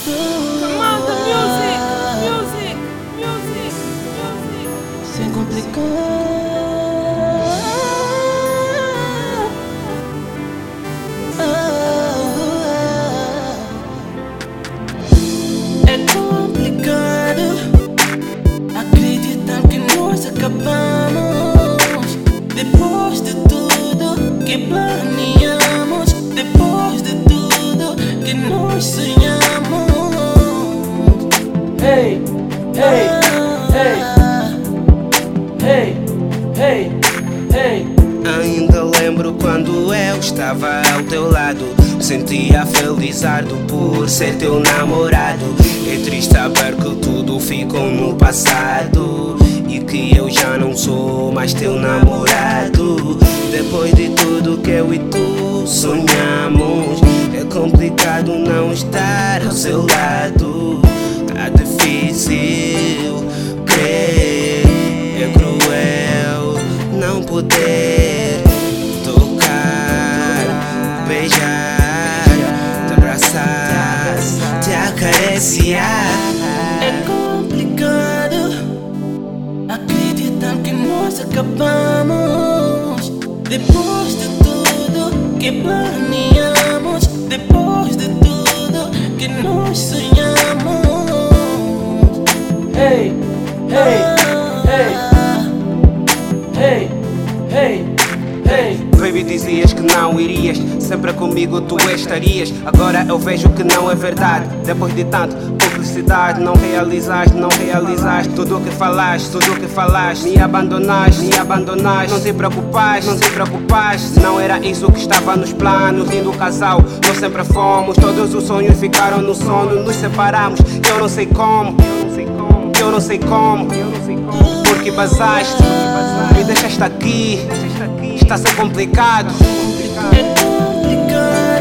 Manda music, music, music, music. Sem complicar. É complicado acreditar que nós acabamos depois de tudo que planeamos, depois de tudo que nós sonhamos. Hey, hey, hey, hey, hey, hey. Ainda lembro quando eu estava ao teu lado, sentia felizardo por ser teu namorado. É triste saber que tudo ficou no passado e que eu já não sou mais teu namorado. Depois de tudo que eu e tu sonhamos, é complicado não estar ao seu lado. Tá difícil crer, é cruel não poder tocar, beijar, te abraçar, te acariciar. É complicado acreditar que nós acabamos depois de tudo que planeamos, depois de tudo que nós sonhamos. Hey, hey, hey, hey, hey, hey. Baby, dizias que não irias, sempre comigo tu estarias. Agora eu vejo que não é verdade. Depois de tanto publicidade, não realizaste tudo o que falaste, me abandonaste, não te preocupaste, não era isso que estava nos planos. Lindo casal, nós sempre fomos, todos os sonhos ficaram no sono, nos separamos, eu não sei como, porque basaste, me deixaste aqui, está a ser complicado. É complicado